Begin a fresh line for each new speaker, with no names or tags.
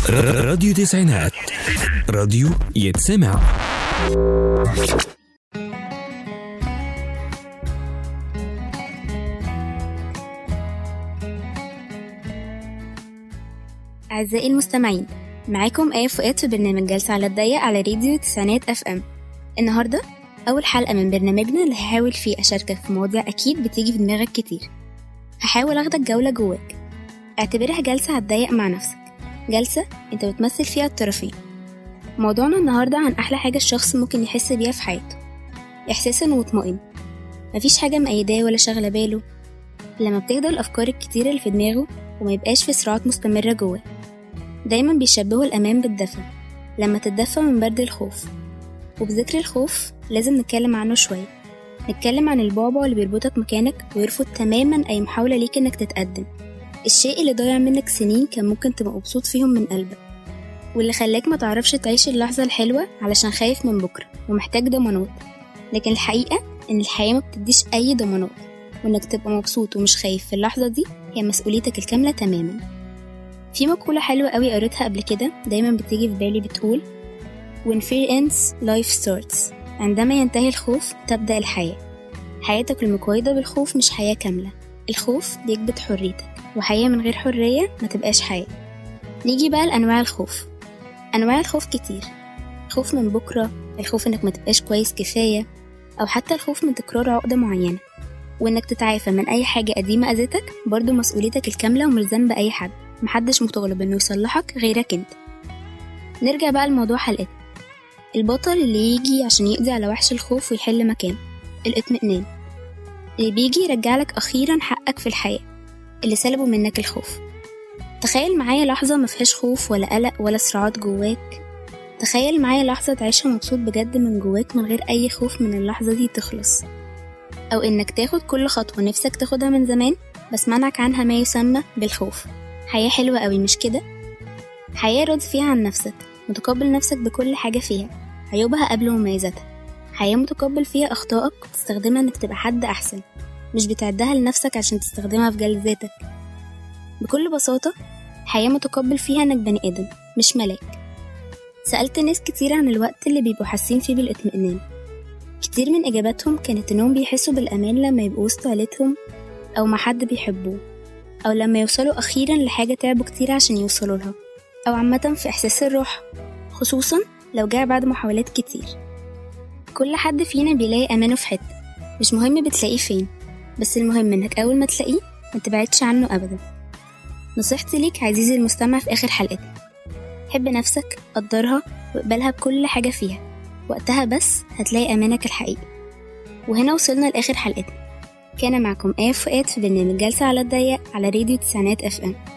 راديو تسعينات، راديو يتسمع.
أعزائي المستمعين، معاكم آية فؤاد في برنامج جلسة على الضيق على راديو تسعينات FM. النهاردة أول حلقة من برنامجنا اللي هحاول فيه أشاركك في مواضيع أكيد بتيجي في دماغك كتير. هحاول أخدك جولة جواك، اعتبرها جلسة على الضيق مع نفسك، جلسة أنت بتمثل فيها الطرفين. موضوعنا النهاردة عن أحلى حاجة الشخص ممكن يحس بيها في حياته، إحساس إنه مطمئن، مفيش حاجة مقيداه ولا شغلة باله، لما بتهدى الأفكار الكتيرة اللي في دماغه وما يبقاش في صراعات مستمرة جواه. دايما بيشبهوا الأمان بالدفى، لما تتدفى من برد الخوف. وبذكر الخوف لازم نتكلم عنه شوية، نتكلم عن البعبع اللي بيربطك مكانك ويرفض تماما أي محاولة ليك إنك تتقدم، الشيء اللي ضيع منك سنين كان ممكن تبقى مبسوط فيهم من قلبك، واللي خلاك ما تعرفش تعيش اللحظة الحلوة علشان خايف من بكرة ومحتاج ضمانات. لكن الحقيقة إن الحياة ما بتديش أي ضمانات، وإنك تبقى مبسوط ومش خايف في اللحظة دي هي مسؤوليتك الكاملة تماما. في مقولة حلوة قوي قريتها قبل كده دايما بتيجي في بالي، بتقول When fear ends, life starts. عندما ينتهي الخوف تبدأ الحياة. حياتك المقيدة بالخوف مش حياة كاملة، الخوف بيكبت حريتك، وحياة من غير حرية ما تبقاش حياة. نيجي بقى لأنواع الخوف. أنواع الخوف كتير، خوف من بكرة، الخوف إنك ما تبقاش كويس كفاية، أو حتى الخوف من تكرار عقدة معينة. وإنك تتعافى من أي حاجة قديمة أذتك برضو مسؤوليتك الكاملة ومش ذنب أي حد، محدش مطالب إنه يصلحك غيرك أنت. نرجع بقى لموضوع حلقتنا، البطل اللي يجي عشان يقضي على وحش الخوف ويحل مكانه، الاطمئنان اللي بيجي يرجعلك أخيرا حقك في الحياة اللي سلبوا منك الخوف. تخيل معايا لحظة مفيهاش خوف ولا قلق ولا صراعات جواك، تخيل معايا لحظة تعيشها مبسوط بجد من جواك من غير أي خوف من اللحظة دي تخلص، أو إنك تاخد كل خطوة نفسك تاخدها من زمان بس منعك عنها ما يسمى بالخوف. حياة حلوة قوي مش كده؟ حياة راضي فيها عن نفسك، متقبل نفسك بكل حاجة فيها، عيوبها قبل مميزاتها. حياة متقبل فيها أخطائك وتستخدمها إنك تبقى حد أحسن، مش بتعدها لنفسك عشان تستخدمها في جلد ذاتك. بكل بساطة حياة متقبل فيها إنك بني آدم مش ملاك. سألت ناس كتير عن الوقت اللي بيبقوا حاسين فيه بالاطمئنان، كتير من إجاباتهم كانت إنهم بيحسوا بالأمان لما يبقوا وسط عيلتهم أو مع حد بيحبوه، أو لما يوصلوا أخيرا لحاجة تعبوا كتير عشان يوصلوا لها، أو عامة في إحساس الراحة، خصوصا لو جاء بعد محاولات كتير. كل حد فينا بيلاقي أمانه في حتة، مش مهم بتلاقيه فين، بس المهم إنك أول ما تلاقيه ما تبعدش عنه أبدا. نصيحتي ليك عزيزي المستمع في آخر حلقتنا، حب نفسك، قدرها واقبلها بكل حاجة فيها، وقتها بس هتلاقي أمانك الحقيقي. وهنا وصلنا لآخر حلقتنا. كان معكم آية فؤاد في برنامج جلسة على الضيق على راديو تسعينات FM.